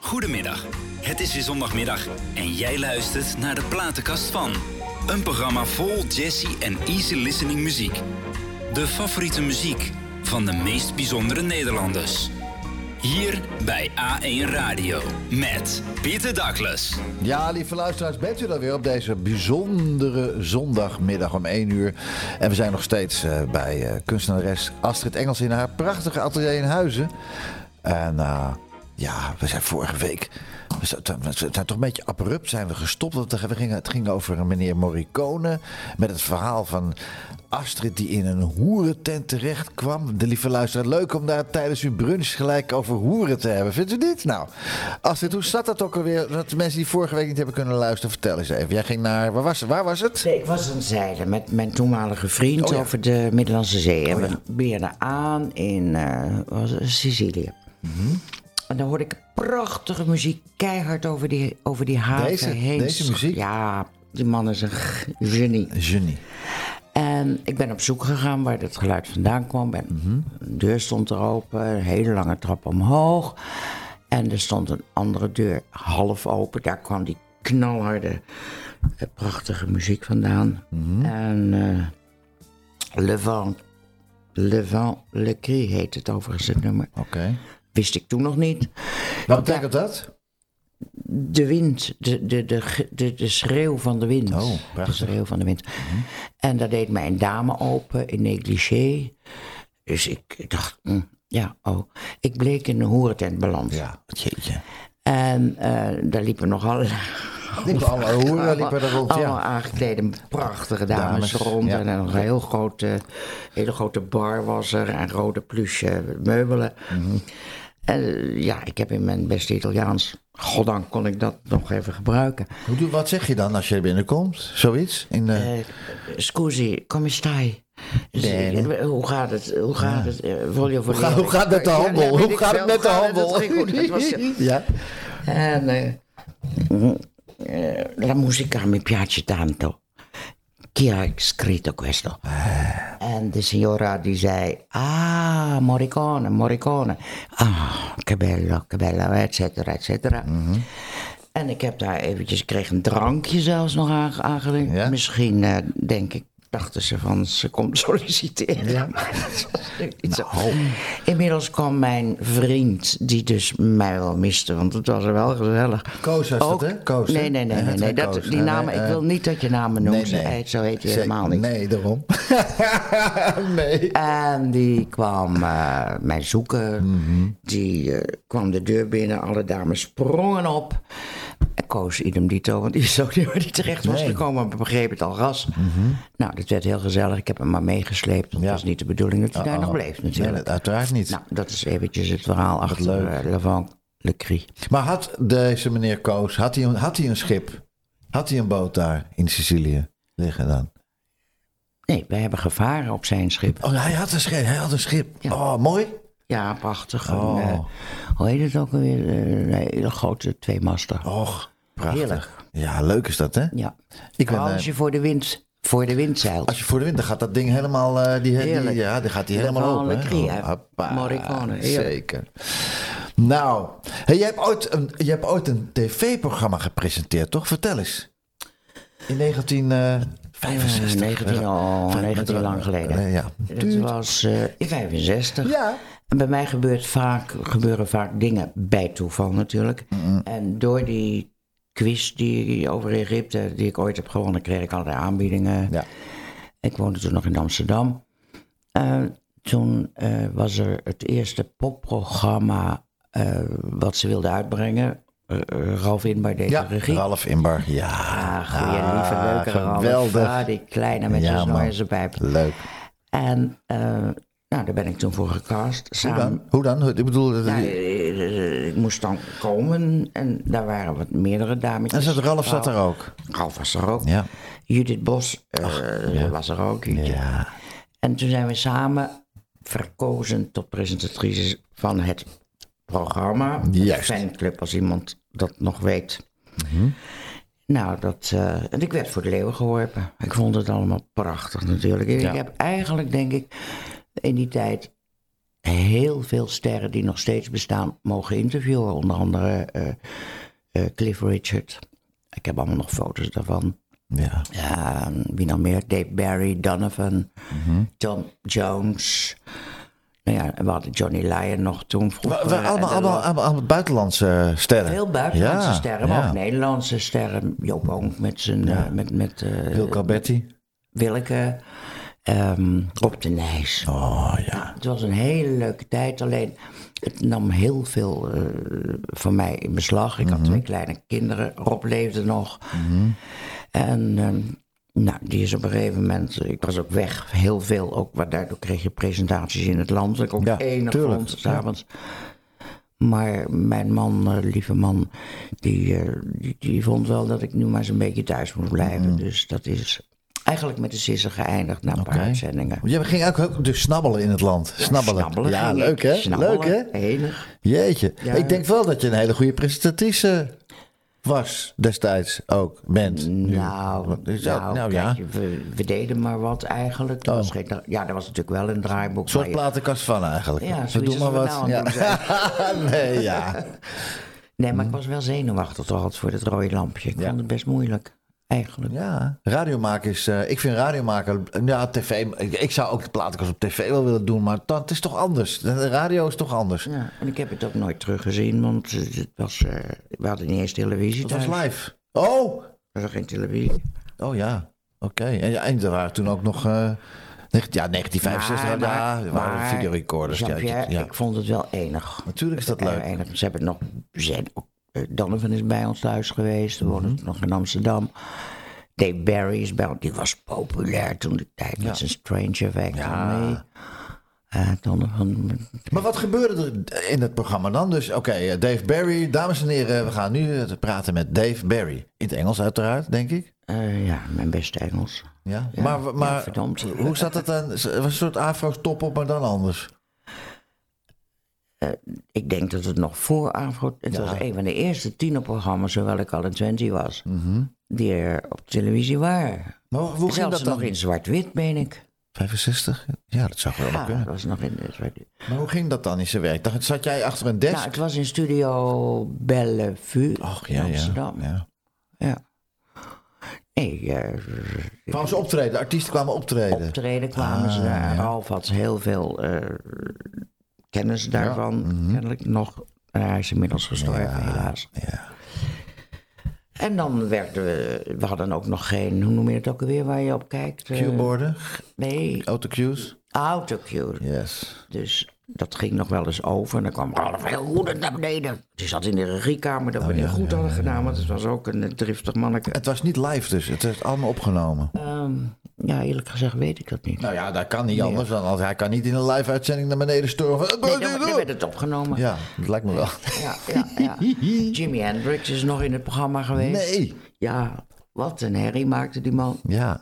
Goedemiddag, het is weer zondagmiddag en jij luistert naar de Platenkast van. Een programma vol jazzy en easy listening muziek. De favoriete muziek van de meest bijzondere Nederlanders. Hier bij A1 Radio met Pieter Douglas. Ja, lieve luisteraars, bent u dan weer op deze bijzondere zondagmiddag om 1 uur. En we zijn nog steeds bij kunstenares Astrid Engels in haar prachtige atelier in Huizen. En ja, we zijn vorige week... We zijn toch een beetje abrupt zijn we gestopt. Want het ging over meneer Morricone. Met het verhaal van Astrid die in een hoerentent terecht kwam. De lieve luisteraar, leuk om daar tijdens uw brunch gelijk over hoeren te hebben. Vindt u dit? Nou, Astrid, hoe zat dat ook alweer? Dat de mensen die vorige week niet hebben kunnen luisteren, vertel eens even. Jij ging naar, waar was het? Nee, ik was aan het zeilen met mijn toenmalige vriend over de Middellandse Zee. En we beerden aan in Sicilië. Mm-hmm. En dan hoorde ik prachtige muziek, keihard over die haven heen. Deze muziek? Ja, die man is een genie. En ik ben op zoek gegaan waar dat geluid vandaan kwam. De deur stond er open, een hele lange trap omhoog. En er stond een andere deur half open. Daar kwam die knalharde, prachtige muziek vandaan. Mm-hmm. En Le Vent, Le Cri heet het overigens, het nummer. Oké. Wist ik toen nog niet. Wat betekent dat? De wind, de schreeuw van de wind. Oh, prachtig. De schreeuw van de wind. Mm-hmm. En daar deed mij een dame open in negligé. Dus ik dacht, ik bleek in een hoerentent beland. Ja, jeetje. En daar liepen nog alle hoeren liepen er rond, allemaal aangeklede prachtige dames rond. Ja. En een hele grote bar was er en rode pluche meubelen. Mm-hmm. En ik heb in mijn beste Italiaans, goddank kon ik dat nog even gebruiken. Wat zeg je dan als je binnenkomt? Zoiets? Scusi, come stai? Nee. Hoe gaat het? Hoe gaat het met de handel? Hoe gaat het met de handel? Ja. En la musica mi piace tanto. Chi ha scritto questo? En de signora die zei, Morricone. Che bello, et cetera. Mm-hmm. En ik heb daar eventjes, ik kreeg een drankje zelfs nog aangeleend. Ja? Misschien, denk ik, dachten ze van, ze komt solliciteren. Ja. Inmiddels kwam mijn vriend, die dus mij wel miste, want het was er wel gezellig. Koos was het, hè? Koos, nee. Die namen, ik wil niet dat je namen noemt. Nee. Zo heet je helemaal niet. Nee, daarom. Nee. En die kwam mij zoeken. Mm-hmm. Die kwam de deur binnen, alle dames sprongen op. Koos idem dito, want die is ook niet waar die terecht was gekomen, maar begreep het al ras. Mm-hmm. Nou, dat werd heel gezellig. Ik heb hem maar meegesleept, want het was niet de bedoeling dat hij daar nog bleef natuurlijk. Nee, uiteraard niet. Nou, dat is eventjes het verhaal achter Le Vent, Le Cri. Maar had deze meneer Koos, had hij een schip? Had hij een boot daar in Sicilië liggen dan? Nee, wij hebben gevaren op zijn schip. Oh, hij had een schip. Ja. Oh, mooi. Ja, prachtig. Oh. Hoe heet het ook alweer? Een hele grote tweemaster. Och, prachtig. Heerlijk. Ja, leuk is dat, hè? Ja. Als je voor de wind zeilt. Als je voor de wind, dan gaat dat ding helemaal... die gaat die helemaal open. Morricone. Zeker. Nou, je hebt ooit een tv-programma gepresenteerd, toch? Vertel eens. In 1965. 19 lang geleden. Ja. Dat was in 65. Ja. En bij mij gebeuren vaak dingen bij toeval natuurlijk. Mm-hmm. En door die quiz over Egypte, die ik ooit heb gewonnen, kreeg ik allerlei aanbiedingen. Ja. Ik woonde toen nog in Amsterdam. Toen was er het eerste popprogramma wat ze wilden uitbrengen. Ralf Inbar deed de regie. Ralf Inbar, goeie, lieve, leuke geweldig. Ralf. Die kleine met zijn snor in zijn pijp. Leuk. En daar ben ik toen voor gecast. Hoe dan? Ik bedoel... ik moest dan komen en daar waren wat meerdere dametjes. En Ralf zat er ook? Ralf was er ook. Ja. Judith Bos was er ook. Ja. En toen zijn we samen verkozen tot presentatrices van het programma. Juist. Een fanclub, als iemand dat nog weet. Mm-hmm. Nou, en ik werd voor de leeuwen geworpen. Ik vond het allemaal prachtig natuurlijk. Ik heb eigenlijk, denk ik, in die tijd heel veel sterren die nog steeds bestaan mogen interviewen. Onder andere Cliff Richard. Ik heb allemaal nog foto's daarvan. Ja. Wie nog meer? Dave Barry, Donovan, Tom Jones. Nou ja, we hadden Johnny Lyon nog toen vroeger. Allemaal buitenlandse sterren. Veel buitenlandse sterren, maar ook Nederlandse sterren. Joop Oonk met zijn... met Wilco Betty. Willeke. Rob de Nijs. Oh ja. Het was een hele leuke tijd, alleen het nam heel veel van mij in beslag. Ik had 2 kleine kinderen, Rob leefde nog. En die is op een gegeven moment, ik was ook weg, heel veel ook, daardoor kreeg je presentaties in het land. Dat ik ook enig vond, 's avonds. Maar mijn man, lieve man, die vond wel dat ik nu maar eens een beetje thuis moet blijven. Dus dat is eigenlijk met de sissen geëindigd na een paar uitzendingen. Je ging ook dus snabbelen in het land. Snabbelen. Ja, leuk hè? Leuk hè? Enig. Jeetje. Ja. Ik denk wel dat je een hele goede presentatrice was destijds ook, bent. We deden maar wat eigenlijk. Er was natuurlijk wel een draaiboek. Een soort platenkast van eigenlijk. Ja, we doen maar wat. Nee, maar ik was wel zenuwachtig toch altijd voor het rode lampje. Ik vond het best moeilijk. Eigenlijk. Ja, radiomaken is... ik vind radiomaken... Ja, tv... Ik zou ook de platenkast op tv wel willen doen, maar het is toch anders. De radio is toch anders. Ja, en ik heb het ook nooit teruggezien, want het was... we hadden niet eens televisie thuis. Het was live. Oh! Er was geen televisie. Oh ja, oké. En er waren toen ook nog... 1965, er waren videorecorders. Ik vond het wel enig. Natuurlijk is dat leuk. Enig. Ze hebben nog... Donovan is bij ons thuis geweest. We woonden nog in Amsterdam. Dave Barry is bij ons. Die was populair toen de tijd met zijn Strange Effect. Donovan. Maar wat gebeurde er in het programma dan? Dus Dave Barry. Dames en heren, we gaan nu praten met Dave Barry. In het Engels uiteraard, denk ik. Mijn beste Engels. Ja? Maar verdomd. Hoe zat het dan? Het was een soort Afro-top op, maar dan anders. Ik denk dat het nog voor Afro... Het was een van de eerste tienerprogramma's, zowel ik al in 20 was, die er op televisie waren. Maar hoe ging dat dan? Nog in zwart-wit, meen ik. 65? Ja, dat zou wel kunnen. Dat was nog in zwart-wit. Maar hoe ging dat dan in zijn werk? Zat jij achter een desk? Het was in studio Bellevue in Amsterdam. Ja. Kwamen ze optreden? De artiesten kwamen optreden? Optreden kwamen ze daar. Ralf had heel veel... kennis daarvan, kennelijk nog. Hij is inmiddels gestorven, helaas. Ja. En dan we hadden ook nog geen, hoe noem je het ook alweer, waar je op kijkt? Cueborden? Nee. Autocues? Autocue. Yes. Dus dat ging nog wel eens over. En dan kwam Ralf heel goed naar beneden. Die zat in de regiekamer, dat we niet goed hadden gedaan, want het was ook een driftig manneke. Het was niet live dus, het is allemaal opgenomen. Eerlijk gezegd weet ik dat niet. Nou ja, dat kan niet anders, want hij kan niet in een live-uitzending naar beneden stormen. Nee, dan werd het opgenomen. Ja, dat lijkt me wel. Ja. Jimi Hendrix is nog in het programma geweest. Nee. Ja, wat een herrie maakte die man. Ja.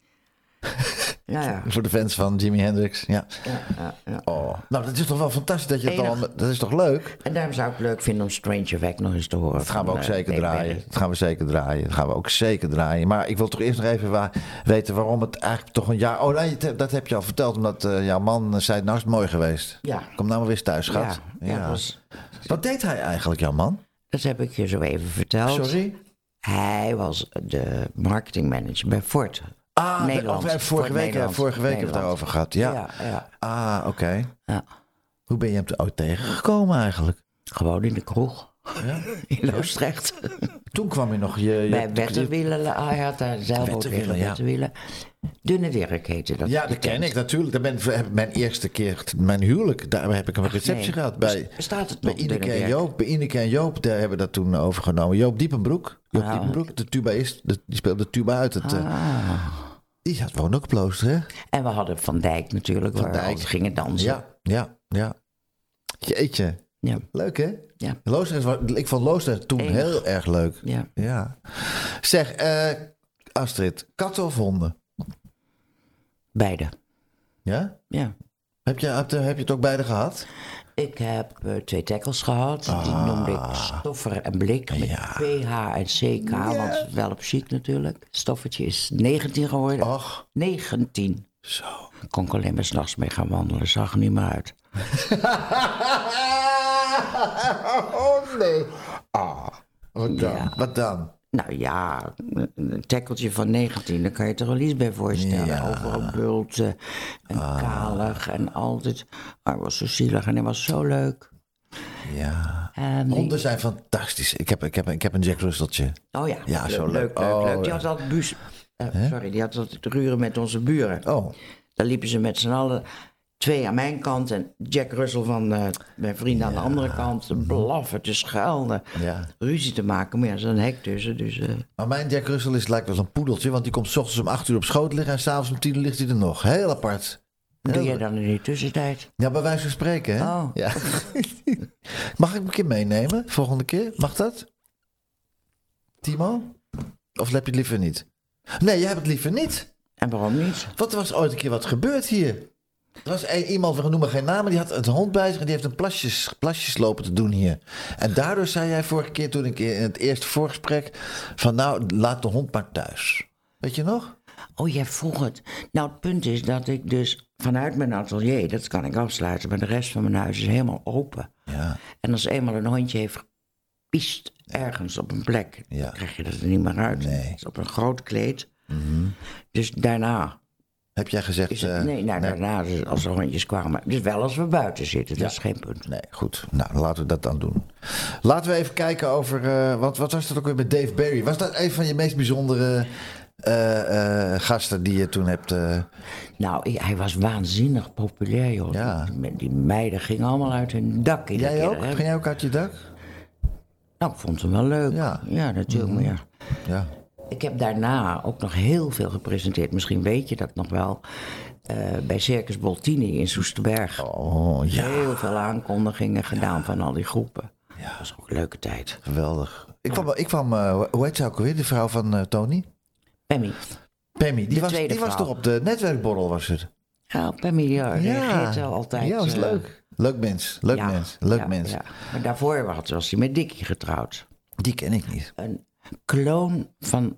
Voor de fans van Jimi Hendrix, ja. Oh. Nou, dat is toch wel fantastisch dat je het dan... Dat is toch leuk? En daarom zou ik het leuk vinden om Strange Effect nog eens te horen. Dat gaan we ook zeker draaien. Dat gaan we ook zeker draaien. Maar ik wil toch eerst nog even weten waarom het eigenlijk toch een jaar... Oh nee, dat heb je al verteld, omdat jouw man zei, nou is het mooi geweest. Ja. Kom nou maar weer thuis, schat. Ja. Wat deed hij eigenlijk, jouw man? Dat heb ik je zo even verteld. Sorry? Hij was de marketingmanager bij Ford. Vorige week hebben we het daarover gehad. Ja. Oké. Ja. Hoe ben je hem ooit tegengekomen eigenlijk? Gewoon in de kroeg. Ja? In Loosdrecht. Toen kwam je nog bij Wetterwielen. Hij had daar zelf ook Wetterwielen. Dunne Dirk heette dat. Ja, dat ken ik natuurlijk. Mijn eerste keer, mijn huwelijk, daar heb ik een receptie gehad. Bestaat het nog? Bij Ineke en Joop, daar hebben we dat toen overgenomen. Joop Diepenbroek, de tubaïst, die speelde tuba uit het... Die woonde ook op Loosdrecht, hè? En we hadden Van Dijk natuurlijk, waar we altijd gingen dansen. Ja. Jeetje. Ja. Leuk, hè? Ja. Ik vond Loosdrecht toen heel erg leuk. Ja. Zeg, Astrid, katten of honden? Beide. Ja? Ja. Heb je het ook beide gehad? Ik heb 2 tackles gehad. Die noemde ik Stoffer en Blik. Met PH en CK, want wel op chic natuurlijk. Stoffertje is 19 geworden. Och. 19. Zo. Kon ik alleen maar 's nachts mee gaan wandelen. Zag er niet meer uit. Oh nee. Wat dan? Ja. Wat dan? Nou ja, een tekkeltje van 19, daar kan je er wel iets bij voorstellen. Ja. Overal bulten en kalig en altijd. Hij was zo zielig en hij was zo leuk. Ja. En Honden zijn fantastisch. Ik heb een Jack Russelltje. Oh ja, Ja, zo leuk. leuk. Die had altijd die had altijd ruren met onze buren. Oh. Dan liepen ze met z'n allen, 2 aan mijn kant en Jack Russell van mijn vriend aan de andere kant. Te blaffen, te schelden, ruzie te maken. Maar ja, er is een hek tussen. Dus, Maar mijn Jack Russell lijkt wel een poedeltje, want die komt 's ochtends om 8 uur op schoot liggen en 's avonds om 10 uur ligt hij er nog. Heel apart. Wat doe jij dan in die tussentijd? Ja, bij wijze van spreken, hè? Oh. Ja. Mag ik een keer meenemen, volgende keer? Mag dat? Timo? Of heb je het liever niet? Nee, jij hebt het liever niet. En waarom niet? Want er was ooit een keer wat gebeurd hier. Er was iemand, we noemen geen namen, die had een hond bij zich en die heeft een plasjes lopen te doen hier. En daardoor zei jij vorige keer, toen ik in het eerste voorgesprek, van nou, laat de hond maar thuis. Weet je nog? Oh, jij vroeg het. Nou, het punt is dat ik dus vanuit mijn atelier, dat kan ik afsluiten, maar de rest van mijn huis is helemaal open. Ja. En als eenmaal een hondje heeft gepiest ergens op een plek, Ja. dan krijg je dat er niet meer uit. Nee. Het is op een groot kleed. Dus daarna Heb jij gezegd... is het... daarna, dus als de hondjes kwamen. Dus wel als we buiten zitten, dat is geen punt. Nee, goed. Nou, laten we dat dan doen. Laten we even kijken over... wat was dat ook weer met Dave Barry? Was dat een van je meest bijzondere gasten die je toen hebt... Nou, hij was waanzinnig populair, joh. Ja. Die meiden gingen allemaal uit hun dak. Jij ook? Ging jij ook uit je dak? Nou, ik vond hem wel leuk. Ja. Natuurlijk, maar ja. Ja. Ik heb daarna ook nog heel veel gepresenteerd. Misschien weet je dat nog wel. Bij Circus Boltini in Soesterberg. Oh, ja. Heel veel aankondigingen gedaan van al die groepen. Ja. Dat was ook een leuke tijd. Geweldig. Ik kwam hoe heet ze ook alweer? De vrouw van Tony? Pemmy, die tweede was vrouw. toch op de netwerkborrel, was het? Ja, Pemmy reageert wel altijd. Ja, was leuk. Leuk mens. Leuk mens. Ja. Maar daarvoor was hij met Dickie getrouwd. Die ken ik niet. Een kloon van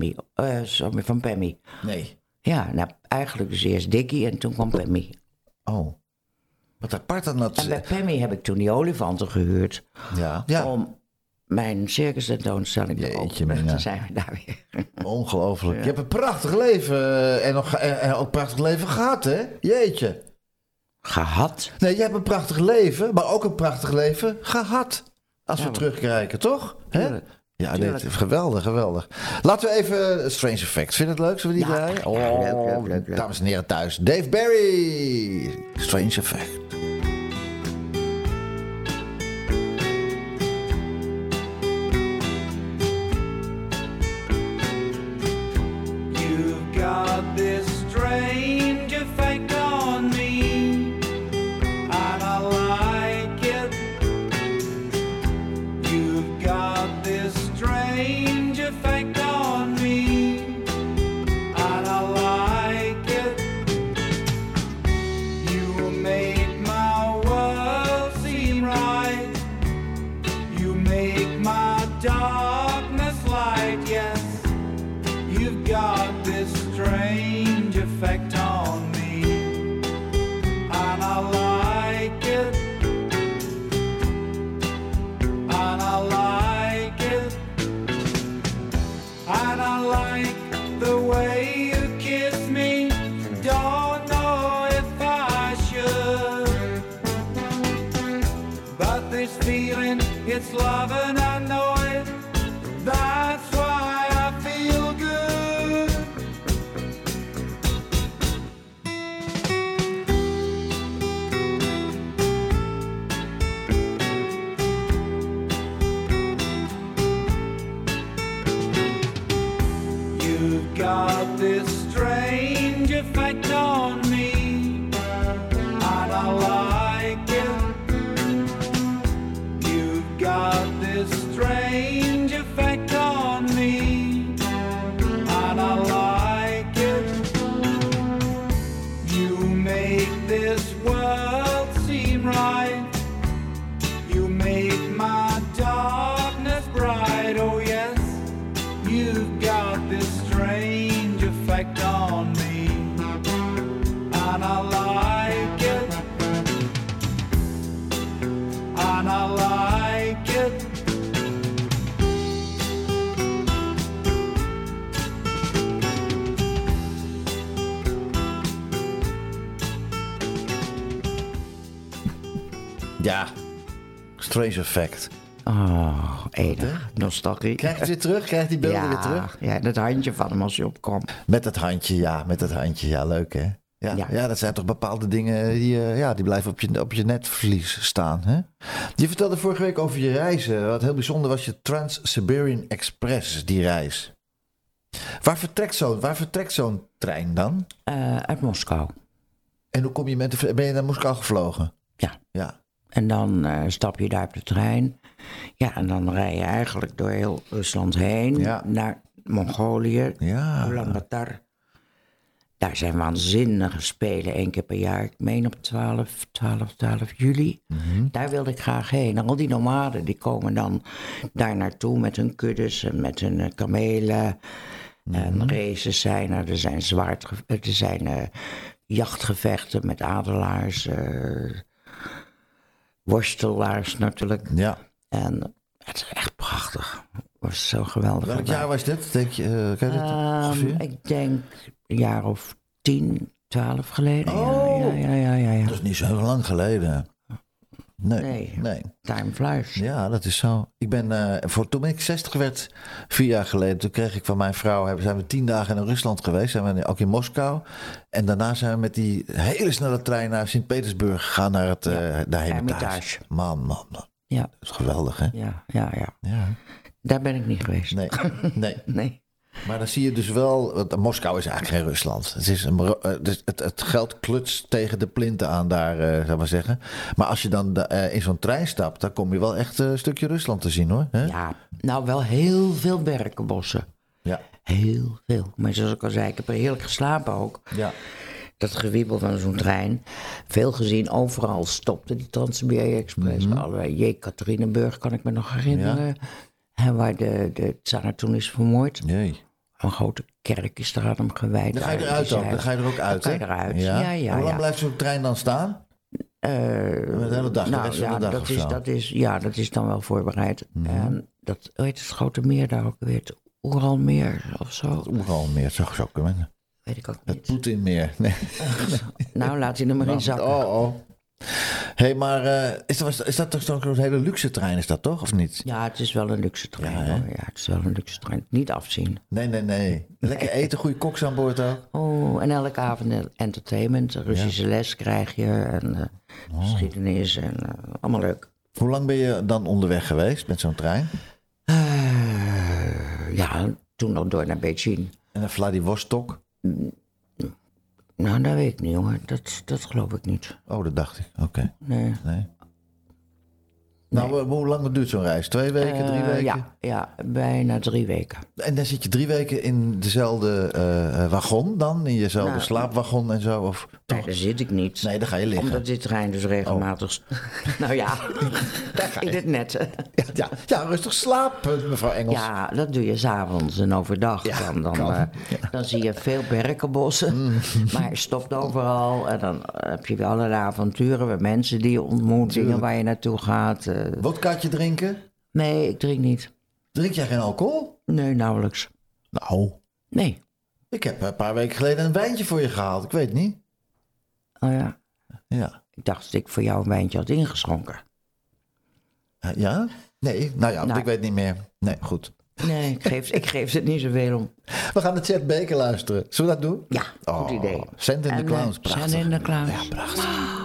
van Pemmy. Nee. Ja, nou, eigenlijk dus eerst Dickie en toen kwam Pemmy. Oh. Wat apart dan dat... En bij Pemmy heb ik toen die olifanten gehuurd. Ja. Om mijn circus tentoonstelling te Jeetje, openen. mina. Dan zijn we daar weer. Ongelooflijk. Je hebt een prachtig leven en ook een prachtig leven gehad, hè? Jeetje. Gehad? Nee, je hebt een prachtig leven, maar ook een prachtig leven gehad. Als we terugkijken, toch? Tuurlijk. Ja, dit is geweldig. Laten we even Strange Effect. Vind je het leuk? Zullen we die draaien? Leuk. Dames en heren thuis, Dave Barry. Strange Effect. You've got this strange effect on me, and I like it. You've got this strange effect on me, and I like it. You make my world seem right. You make my darkness light, yes. You've got this strange effect on me, and I like it, and I like it, and I like the way you kiss me. Don't know if I should, but this feeling, it's love and I know it. That's why I feel good. You've got this strange effect on me, and I like it. You've got this Ja, Strange Effect. Oh, enig. Nostalgie. Krijg je het weer terug? Krijg je die beelden weer terug? Ja, dat handje van hem als je opkomt. Met het handje, ja, leuk hè? Ja, dat zijn toch bepaalde dingen die blijven op je netvlies staan. Hè? Je vertelde vorige week over je reizen. Wat heel bijzonder was je Trans-Siberian Express, die reis. Waar vertrekt zo'n trein dan? Uit Moskou. En hoe kom je ben je naar Moskou gevlogen? Ja. En dan stap je daar op de trein. Ja, en dan rij je eigenlijk door heel Rusland heen naar Mongolië, Ulaanbaatar. Daar zijn waanzinnige spelen, 1 keer per jaar. Ik meen op 12 juli. Mm-hmm. Daar wilde ik graag heen. En al die nomaden die komen dan daar naartoe met hun kuddes en met hun kamelen. Mm-hmm. En races zijn er. Er zijn jachtgevechten met adelaars, worstelaars natuurlijk. Ja. En het is echt prachtig. Het was zo geweldig. Welk jaar was dit? Denk je, ken je dit ongeveer? Ik denk een jaar of 10, 12 geleden. Oh, ja. Dat is niet zo lang geleden. Nee. Time flies. Ja, dat is zo. Toen ik 60 werd, 4 jaar geleden, toen kreeg ik van mijn vrouw, zijn we 10 dagen in Rusland geweest. Zijn we ook in Moskou. En daarna zijn we met die hele snelle trein naar Sint-Petersburg gegaan, naar het Hermitage. Man. Ja. Dat is geweldig, hè? Ja. Daar ben ik niet geweest. Nee. Maar dan zie je dus wel, want Moskou is eigenlijk geen Rusland. Het geld klutst tegen de plinten aan daar, zou ik maar zeggen. Maar als je dan in zo'n trein stapt, dan kom je wel echt een stukje Rusland te zien, hoor. Hè? Ja, nou wel heel veel berkenbossen. Ja. Heel veel. Maar zoals ik al zei, ik heb er heerlijk geslapen ook. Ja. Dat gewiebel van zo'n trein. Veel gezien, overal stopte die Trans-Siberian Express. Mm-hmm. Jekaterinburg kan ik me nog herinneren. Ja. En waar de tsaar toen is vermoord. Nee. Een grote kerk is er aan hem gewijd. Dan ga je eruit ook. Dan ga je er ook uit. Dan ga je eruit. Ja. Hoe lang blijft zo'n trein dan staan? De hele dag, de rest van de dag of zo? Dat is dan wel voorbereid. En dat, hoe heet het grote meer daar ook weer? Het Oeralmeer of zo? Het Oeralmeer, zou kunnen. Weet ik ook niet. Het Poetinmeer. Nee. Nou, laat hij er maar in zakken. Oh. Hé, maar is dat toch zo'n hele luxe trein, is dat toch, of niet? Ja, het is wel een luxe trein. Ja, het is wel een luxe trein. Niet afzien. Nee. Lekker eten, goede koks aan boord ook. Oh, en elke avond entertainment. Russische les krijg je. En geschiedenis. En allemaal leuk. Hoe lang ben je dan onderweg geweest met zo'n trein? Toen nog door naar Beijing. En naar Vladivostok? Nou, dat weet ik niet, jongen. Dat geloof ik niet. Oh, dat dacht ik. Oké. Nee. Nou, hoe lang duurt zo'n reis? 2 weken, 3 weken? Ja, bijna 3 weken. En dan zit je 3 weken in dezelfde wagon dan? In jezelfde slaapwagon en zo? Of nee, daar zit ik niet. Nee, daar ga je liggen. Omdat dit trein dus regelmatig... Nou ja, daar ga je het net. Ja, rustig slapen, mevrouw Engels. Ja, dat doe je 's avonds en overdag. Ja, dan zie je veel berkenbossen. Maar je stopt overal. En dan heb je weer allerlei avonturen met mensen die je ontmoet. Dingen waar je naartoe gaat. Wodkaatje drinken? Nee, ik drink niet. Drink jij geen alcohol? Nee, nauwelijks. Nou? Nee. Ik heb een paar weken geleden een wijntje voor je gehaald. Ik weet niet. Oh ja? Ja. Ik dacht dat ik voor jou een wijntje had ingeschonken. Ja? Nee, nou, ik weet niet meer. Nee, goed. Nee, ik geef het niet zoveel om. We gaan de Chet Baker luisteren. Zullen we dat doen? Ja, goed idee. Send in the Clowns, prachtig. Send in the Clowns. Ja, prachtig. Wow.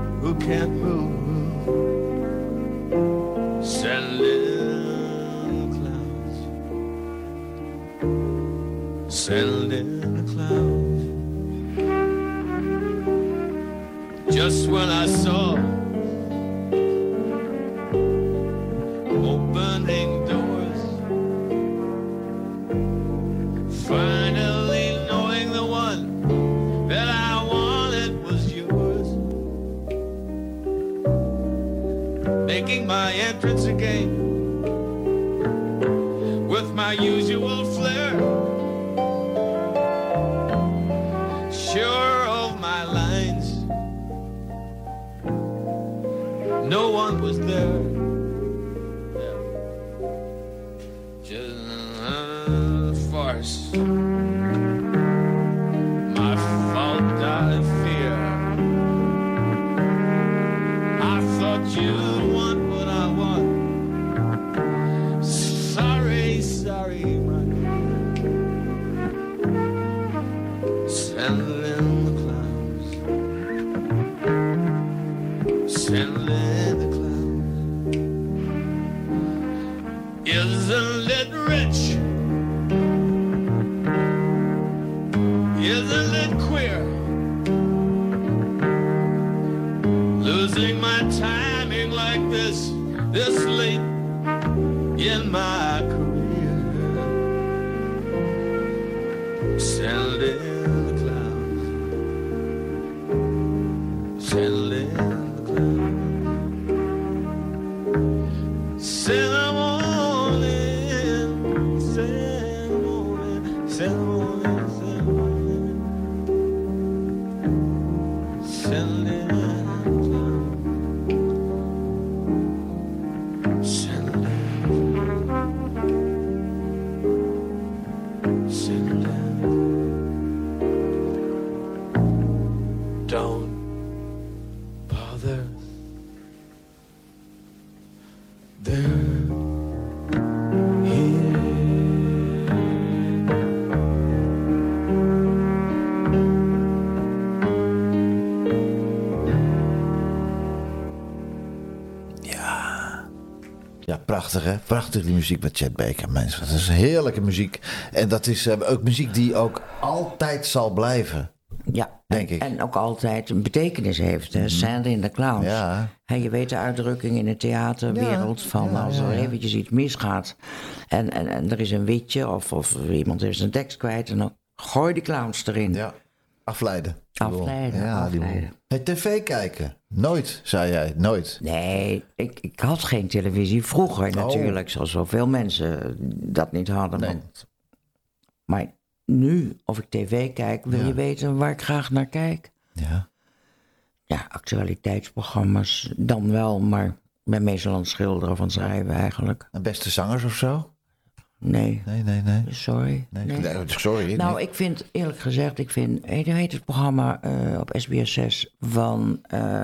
who can't move. Settled in the clouds. Settled in the clouds. Just when I saw opening doors, finally knowing the one that I wanted was yours, making my entrance again with my usual flair, sure of my lines. No one was there. Just a farce. My fault, I fear. I thought you'd want what I want. Sorry, sorry, my dear. Settle in the clouds. Settle in the clouds. Isn't it rich? Isn't it queer? Losing my timing like this late in my career. Settled in the clouds. Settled in the clouds. Settled Prachtig, hè? Prachtig die muziek met Chet Baker, mensen. Dat is heerlijke muziek. En dat is ook muziek die ook altijd zal blijven. Ja, denk ik. En ook altijd een betekenis heeft. Sand in the Clowns. Ja. Je weet de uitdrukking in de theaterwereld van als er eventjes iets misgaat en er is een witje of iemand is een tekst kwijt en dan gooi die clowns erin. Ja, afleiden. Afleiden. Het tv kijken. Nooit, zei jij. Nooit. Nee, ik had geen televisie vroeger natuurlijk. Zoals zoveel mensen dat niet hadden. Nee. Maar nu, of ik tv kijk, wil je weten waar ik graag naar kijk? Ja. Ja, actualiteitsprogramma's dan wel, maar ik ben meestal aan het schilderen of aan het schrijven eigenlijk. En beste zangers of zo? Nee. Nee. Sorry. Nee, sorry. Nou, ik vind, eerlijk gezegd, hoe heet het programma op SBS 6 van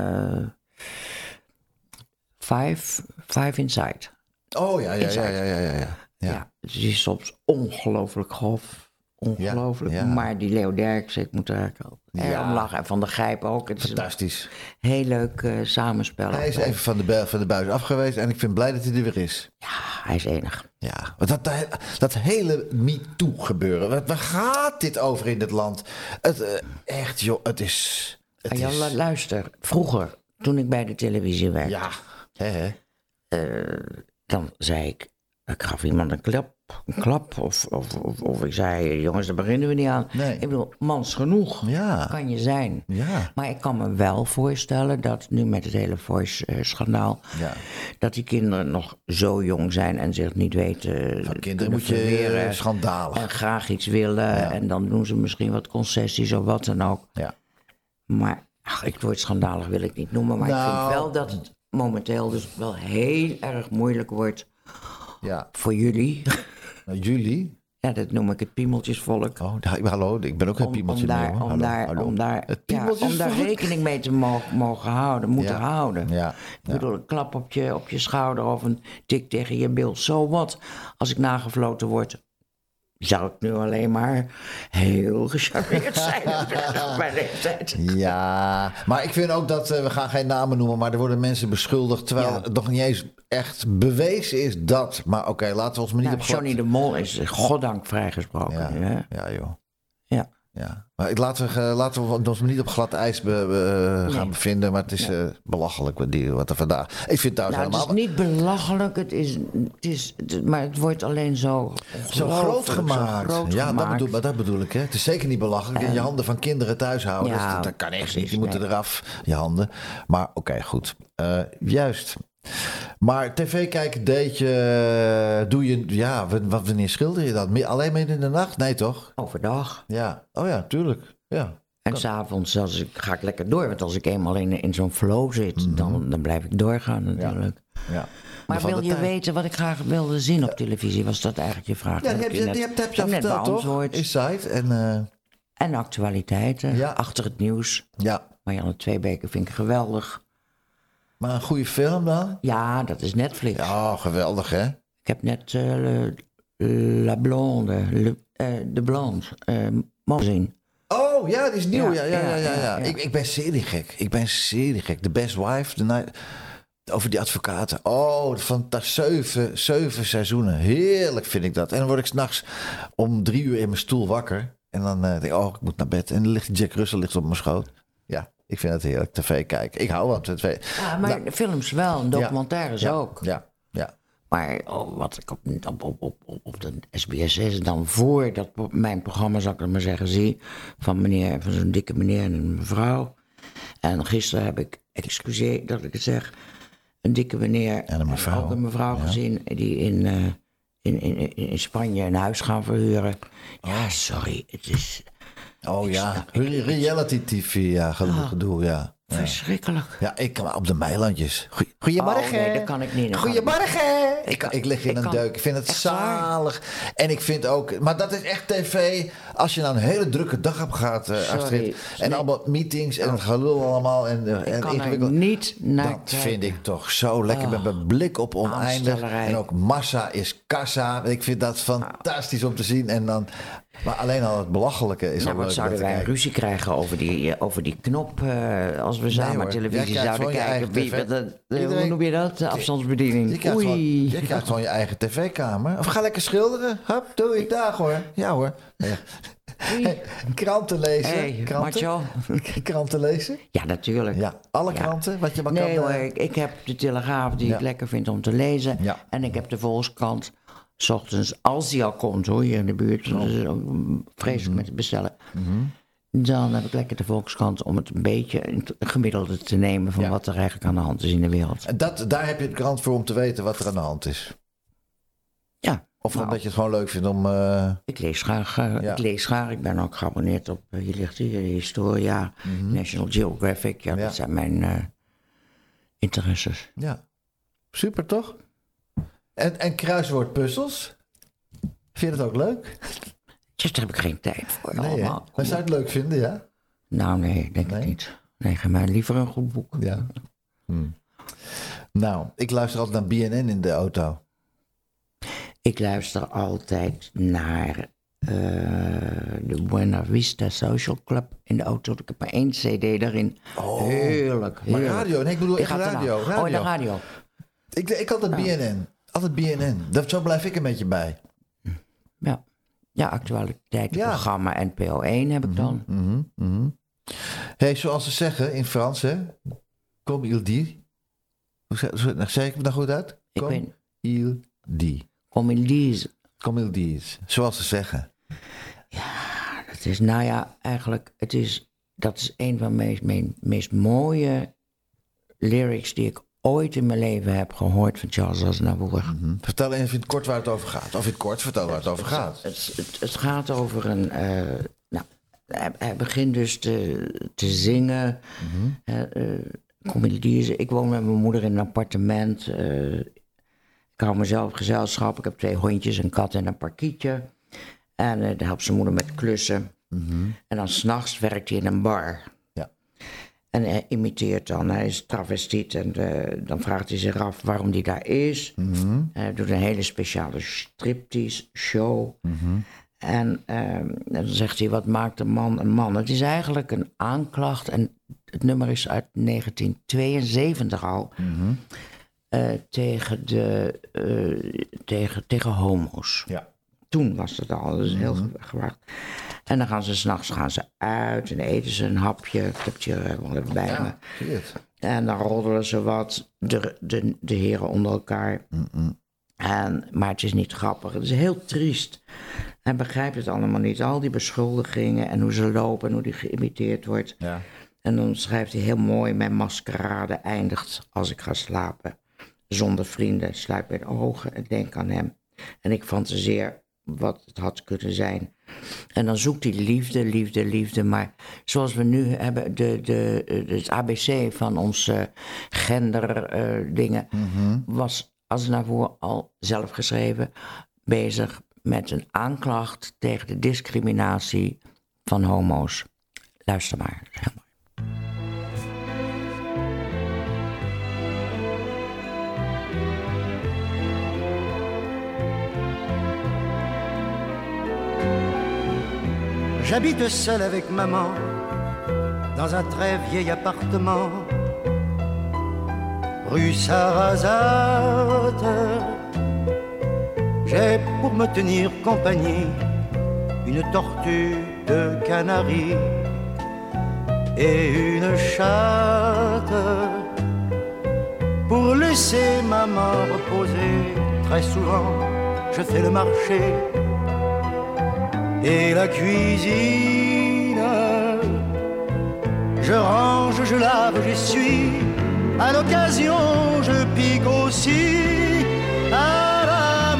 Five Inside. Oh, ja. Ja, het is soms ongelooflijk grof. Ongelooflijk. Ja. Maar die Leo Derksen, ik moet er eigenlijk om lachen. En Van der Gijp ook. Het fantastisch. Is een heel leuk samenspel. Hij is even van de buis af geweest en ik vind blij dat hij er weer is. Ja, hij is enig. Ja, dat hele MeToo gebeuren. Waar gaat dit over in dit land? Echt, joh, het is... Luister, vroeger, toen ik bij de televisie werkte... Ja, dan zei ik gaf iemand een klap of ik zei, jongens, daar beginnen we niet aan. Nee. Ik bedoel, mans genoeg kan je zijn. Ja. Maar ik kan me wel voorstellen dat nu met het hele Voice-schandaal... dat die kinderen nog zo jong zijn en zich niet weten... Van kinderen moet je schandalig. En graag iets willen en dan doen ze misschien wat concessies of wat dan ook. Ja. Maar het woord schandalig wil ik niet noemen, maar ik vind wel dat het momenteel dus wel heel erg moeilijk wordt... voor jullie. Jullie? Ja, dat noem ik het piemeltjesvolk. Oh, hallo, ik ben ook een piemeltje. Om daar rekening mee te mogen houden. Ja. Ik bedoel, een klap op je schouder of een tik tegen je bil. So what? Als ik nagefloten word, zou ik nu alleen maar heel gecharmeerd zijn op mijn leeftijd. Ja, maar ik vind ook dat, we gaan geen namen noemen, maar er worden mensen beschuldigd, terwijl het nog niet eens echt bewezen is dat. Maar oké, laten we ons maar niet op Johnny de Mol is goddank vrijgesproken. Ja, joh. Ja. Ja, maar laten we ons niet op glad ijs gaan bevinden, maar het is belachelijk wat er vandaag. Ik vind het helemaal. Het is niet belachelijk, maar het wordt alleen zo groot gemaakt. Dat bedoel ik. Hè. Het is zeker niet belachelijk. In je handen van kinderen thuis houden. Ja, dat kan echt niet. Die moeten eraf, je handen. Maar oké, goed. Juist. Maar tv kijken doe je, wanneer schilder je dat? Alleen midden in de nacht? Nee, toch? Overdag. Ja, oh ja, tuurlijk. Ja. En s'avonds ga ik lekker door, want als ik eenmaal in zo'n flow zit, dan blijf ik doorgaan natuurlijk. Ja. Maar wil je weten wat ik graag wilde zien op televisie? Was dat eigenlijk je vraag? Ja, die heb je al net beantwoord. Inside en actualiteiten, achter het nieuws. Ja. Marianne Tweebeke vind ik geweldig. Maar een goede film dan? Ja, dat is Netflix. Ja, geweldig hè? Ik heb net La Blonde, de Blonde, mogen zien. Oh ja, die is nieuw. Ja. Ik ben serie gek. The Best Wife, over die advocaten. Oh, fantastisch. 7 seizoenen. Heerlijk vind ik dat. En dan word ik 's nachts om 3 uur in mijn stoel wakker. En dan denk ik, ik moet naar bed. En dan ligt Jack Russell op mijn schoot. Ja. Ik vind het heerlijk, tv kijken. Ik hou van tv. Ja, maar films wel, documentaires ook. Ja. Maar wat ik op de SBS6 dan voor mijn programma, zal ik het maar zeggen, zie... van zo'n dikke meneer en een mevrouw. En gisteren heb ik, excuseer dat ik het zeg... een dikke meneer en een mevrouw gezien... die in Spanje een huis gaan verhuren. Ja, sorry, het is... Oh ja, reality TV, gedoe, ja. Verschrikkelijk. Ja, ik kan op de Meilandjes. Goedemorgen. Nee, dat kan ik niet. Goedemorgen. Ik lig in een deuk. Ik vind het zalig. En ik vind ook... Maar dat is echt tv... Als je nou een hele drukke dag hebt gehad, Astrid... en allemaal meetings en het gelul allemaal... en ingewikkeld. Niet naar dat vind ik toch zo lekker. Met mijn blik op oneindig. En ook massa is kassa. Ik vind dat fantastisch om te zien. En dan... Maar alleen al het belachelijke is al leuk. Wat zouden wij een ruzie krijgen over die knop... als we samen televisie zouden kijken. Hoe noem je dat? De afstandsbediening. Je krijgt gewoon je eigen tv-kamer. Of ga lekker schilderen. Hup, doe ik daar hoor. Ja hoor. Ja. Kranten lezen. Kranten lezen? Ja, natuurlijk. Ja. Alle kranten? Wat je maar kan. Nee hoor, ik heb de Telegraaf die ik lekker vind om te lezen. Ja. En ik heb de Volkskrant... 's ochtends, als die al komt hoor, hier in de buurt. Dat is ook vreselijk met het bestellen. Dan heb ik lekker de Volkskrant om het een beetje een gemiddelde te nemen... van wat er eigenlijk aan de hand is in de wereld. En daar heb je het krant voor om te weten wat er aan de hand is? Ja. Of omdat je het gewoon leuk vindt om... Ik lees graag. Ik ben ook geabonneerd op, hier ligt hier, Historia, National Geographic. Ja, dat zijn mijn interesses. Ja, super toch? En kruiswoordpuzzels? Vind je dat ook leuk? Dus daar heb ik geen tijd voor. Nee, maar zou je het leuk vinden, ja? Nou, nee, denk ik niet. Nee, geef mij liever een goed boek. Ja. Nou, ik luister altijd naar BNN in de auto. Ik luister altijd naar de Buena Vista Social Club in de auto. Ik heb maar 1 cd daarin. Oh, heerlijk. Maar radio? Nee, ik bedoel echt radio. Oh, in de radio. Ik altijd BNN. Altijd BNN. Zo blijf ik een beetje bij. Ja, actualiteitenprogramma NPO1 heb ik dan. Hey, zoals ze zeggen in Frans, hè? Comme il dit. Zeg ik me daar goed uit? Comme il dit. Comme il dit. Comme il dit. Zoals ze zeggen. Ja, dat is, nou ja, eigenlijk, dat is een van mijn meest mooie lyrics die ik ooit in mijn leven heb gehoord van Charles Aznavour. Vertel even in het kort waar het over gaat. Of in het kort, vertel waar het over gaat. Het gaat over een... hij begint dus te zingen. Ik woon met mijn moeder in een appartement. Ik hou mezelf gezelschap. Ik heb 2 hondjes, een kat en een parkietje. En daar helpt zijn moeder met klussen. En dan 's nachts werkt hij in een bar. En hij imiteert dan, hij is travestiet en dan vraagt hij zich af waarom hij daar is. Hij doet een hele speciale striptease show. En dan zegt hij, wat maakt een man? Het is eigenlijk een aanklacht en het nummer is uit 1972 al. Mhm. Tegen homo's. Ja. Toen was het al, dus heel gewacht. En dan gaan ze 's nachts uit en eten ze een hapje. Ik heb het hier wel even bij me. Zie het. En dan roddelen ze wat, de heren onder elkaar. Maar het is niet grappig, het is heel triest. Hij begrijpt het allemaal niet, al die beschuldigingen en hoe ze lopen en hoe die geïmiteerd wordt. Ja. En dan schrijft hij heel mooi, mijn maskerade eindigt als ik ga slapen. Zonder vrienden, sluit mijn ogen en denk aan hem. En ik fantaseer wat het had kunnen zijn. En dan zoekt hij liefde. Maar zoals we nu hebben, het ABC van onze genderdingen... was als daarvoor al zelf geschreven... bezig met een aanklacht tegen de discriminatie van homo's. Luister maar, dat is heel mooi. J'habite seul avec maman dans un très vieil appartement rue Sarrazate. J'ai pour me tenir compagnie une tortue de Canaries et une chatte. Pour laisser maman reposer, très souvent je fais le marché et la cuisine. Je range, je lave, j'essuie. À l'occasion, je pique aussi à la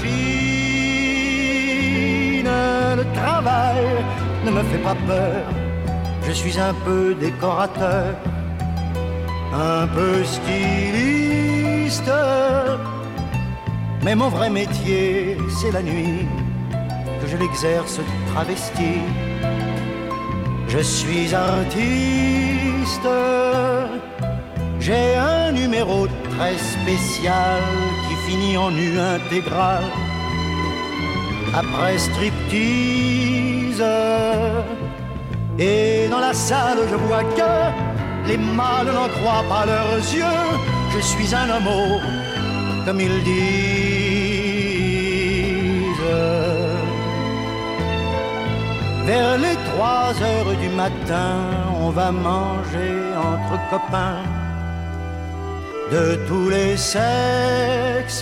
machine. Le travail ne me fait pas peur. Je suis un peu décorateur, un peu styliste. Mais mon vrai métier, c'est la nuit. Que je l'exerce travesti. Je suis artiste. J'ai un numéro très spécial qui finit en nu intégral. Après striptease. Et dans la salle je vois que les mâles n'en croient pas leurs yeux. Je suis un homo, comme ils disent. Vers les 3 heures du matin, on va manger entre copains de tous les sexes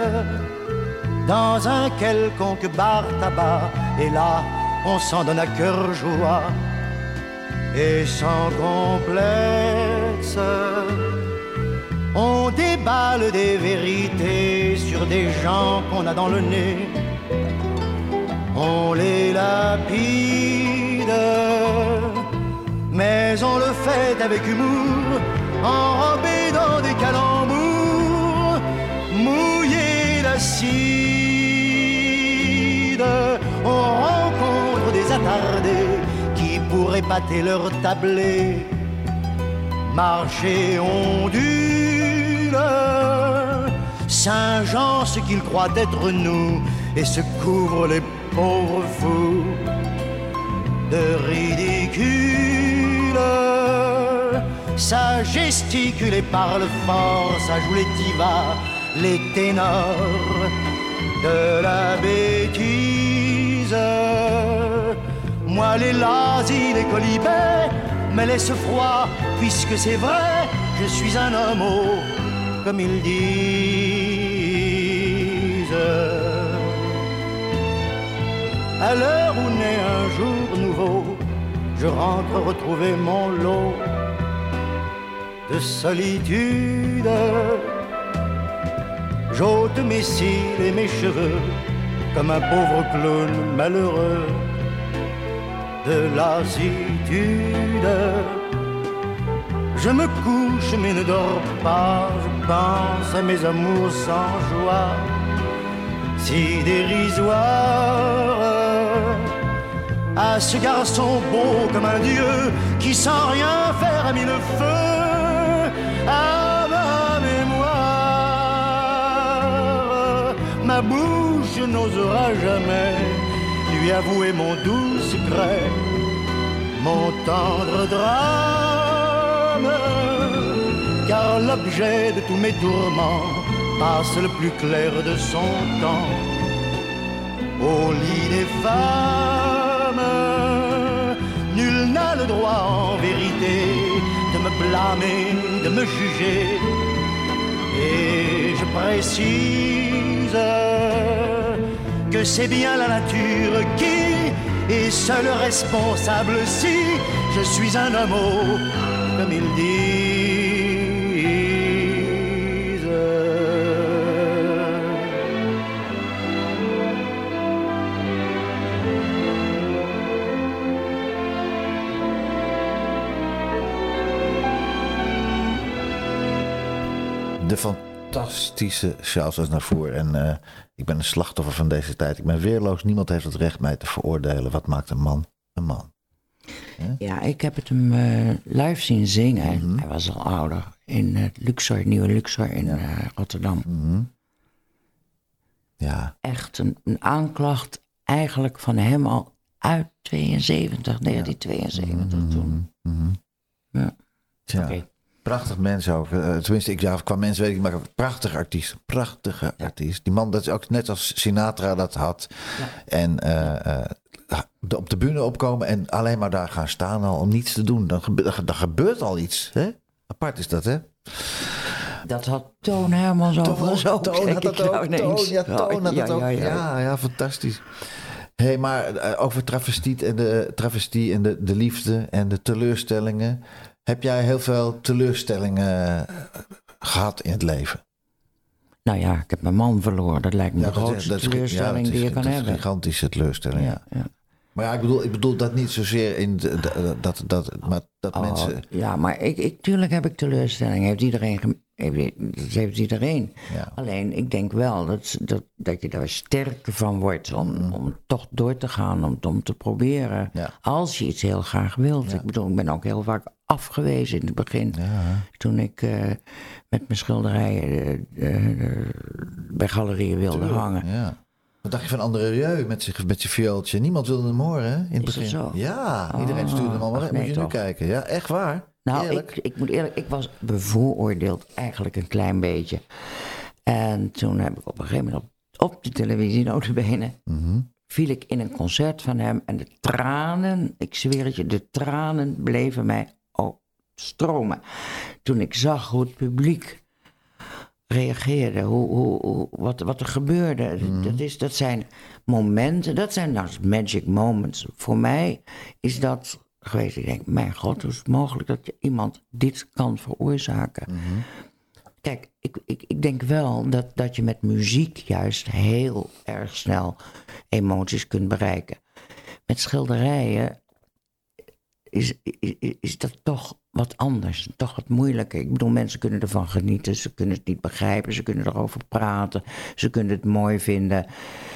dans un quelconque bar tabac. Et là, on s'en donne à cœur joie et sans complexe. On déballe des vérités sur des gens qu'on a dans le nez. On les lapide, mais on le fait avec humour, enrobé dans des calembours, mouillé d'acide. On rencontre des attardés qui pourraient pâter leur tablé, marcher ondule, Saint-Jean ce qu'il croit être nous, et se couvre les pauvres fous de ridicule. Ça gesticule et parle fort, ça joue les divas, les ténors de la bêtise. Moi les lazis, les colibets me laissent froid, puisque c'est vrai, je suis un homo, comme ils disent. À l'heure où naît un jour nouveau, je rentre retrouver mon lot de solitude. J'ôte mes cils et mes cheveux comme un pauvre clown malheureux de lassitude. Je me couche mais ne dors pas, je pense à mes amours sans joie, si dérisoire, à ce garçon beau comme un dieu qui sans rien faire a mis le feu à ma mémoire. Ma bouche n'osera jamais lui lui avouer mon doux secret, mon tendre drame, car l'objet de tous mes tourments passe le plus clair de son temps au lit des femmes. Nul n'a le droit en vérité de me blâmer, de me juger. Et je précise que c'est bien la nature qui est seule responsable si je suis un homme, comme ils disent. De fantastische Charles Aznavour. En ik ben een slachtoffer van deze tijd. Ik ben weerloos. Niemand heeft het recht mij te veroordelen. Wat maakt een man een man? Ja, ik heb het hem live zien zingen. Mm-hmm. Hij was al ouder. In het Luxor, Nieuwe Luxor in Rotterdam. Mm-hmm. Ja. Echt een aanklacht eigenlijk van hem al uit 1972 mm-hmm. toen. Mm-hmm. Ja. Okay. Prachtig mens ook. Tenminste, qua mens weet ik, maar prachtige artiest. Prachtige artiest. Die man, dat is ook net als Sinatra dat had. Ja. En op de bühne opkomen en alleen maar daar gaan staan al om niets te doen. Dan gebeurt al iets. Hè? Apart is dat, hè? Dat had Toon Hermans overigens ook. Toon had dat ook. Toon had dat ook. Ja, fantastisch. Hé, maar over travestie en de liefde en de teleurstellingen. Heb jij heel veel teleurstellingen gehad in het leven? Nou ja, ik heb mijn man verloren. Dat lijkt me de grootste teleurstelling die je kan hebben. Een gigantische teleurstelling. Ja. Maar ja, ik bedoel dat niet zozeer in dat mensen... Ja, maar tuurlijk heb ik teleurstelling. Heeft iedereen. Ja. Alleen, ik denk wel dat je daar sterker van wordt om toch door te gaan, om te proberen. Ja. Als je iets heel graag wilt. Ja. Ik bedoel, ik ben ook heel vaak afgewezen in het begin. Ja. Toen ik met mijn schilderijen bij galerieën wilde hangen. Ja. Wat dacht je van André Rieu met zijn viooltje? Niemand wilde hem horen, hè? In het begin. Is dat zo? Ja, iedereen stuurde hem allemaal weg. Moet je nu kijken. Ja, echt waar. Nou, ik moet eerlijk, ik was bevooroordeeld eigenlijk een klein beetje. En toen heb ik op een gegeven moment op de televisie, nota bene, viel ik in een concert van hem. En de tranen, ik zweer het je, de tranen bleven mij stromen. Toen ik zag hoe het publiek reageerde, wat er gebeurde. Dat zijn momenten, dat zijn nou magic moments. Voor mij is dat geweest. Ik denk, mijn god, hoe is het mogelijk dat iemand dit kan veroorzaken? Kijk, ik denk wel dat je met muziek juist heel erg snel emoties kunt bereiken. Met schilderijen is dat toch wat anders, toch wat moeilijker. Ik bedoel, mensen kunnen ervan genieten, ze kunnen het niet begrijpen, ze kunnen erover praten, ze kunnen het mooi vinden.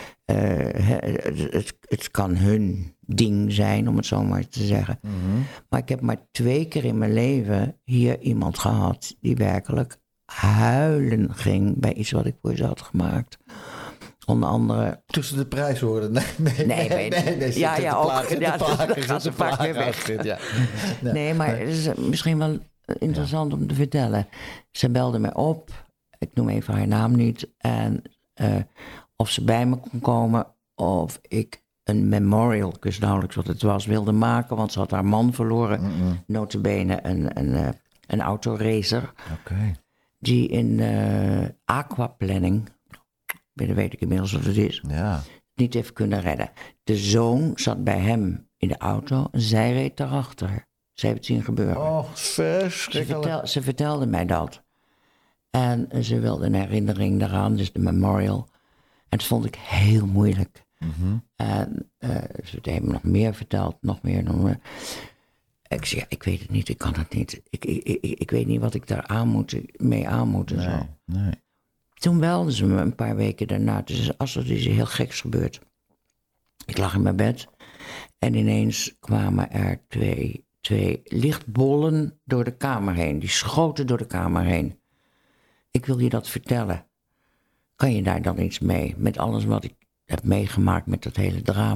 Het kan hun ding zijn, om het zo maar te zeggen. Maar ik heb maar 2 keer in mijn leven hier iemand gehad die werkelijk huilen ging bij iets wat ik voor ze had gemaakt. Onder andere... Tussen de prijs horen. Nee. Ja, ook. Dan gaan ze vaak weer weg. Ja. Nee, maar het is misschien wel interessant om te vertellen. Ze belde mij op. Ik noem even haar naam niet. En of ze bij me kon komen. Of ik een memorial, ik wist nauwelijks wat het was, wilde maken. Want ze had haar man verloren. Nota bene een autoracer. Okay. Die in aquaplanning... Dat weet ik inmiddels wat het is. Ja. Niet heeft kunnen redden. De zoon zat bij hem in de auto en zij reed daarachter. Ze heeft het zien gebeuren. Oh, verschrikkelijk. Ze vertelde mij dat. En ze wilde een herinnering daaraan, dus de memorial. En dat vond ik heel moeilijk. En ze heeft me nog meer verteld, nog meer. Ik zei, ik weet het niet, ik kan het niet. Ik weet niet wat ik daar mee aan moet en zo. Nee. Toen belden ze me een paar weken daarna. Dus als er iets heel geks gebeurt. Ik lag in mijn bed. En ineens kwamen er twee lichtbollen door de kamer heen. Die schoten door de kamer heen. Ik wil je dat vertellen. Kan je daar dan iets mee? Met alles wat ik heb meegemaakt met dat hele drama.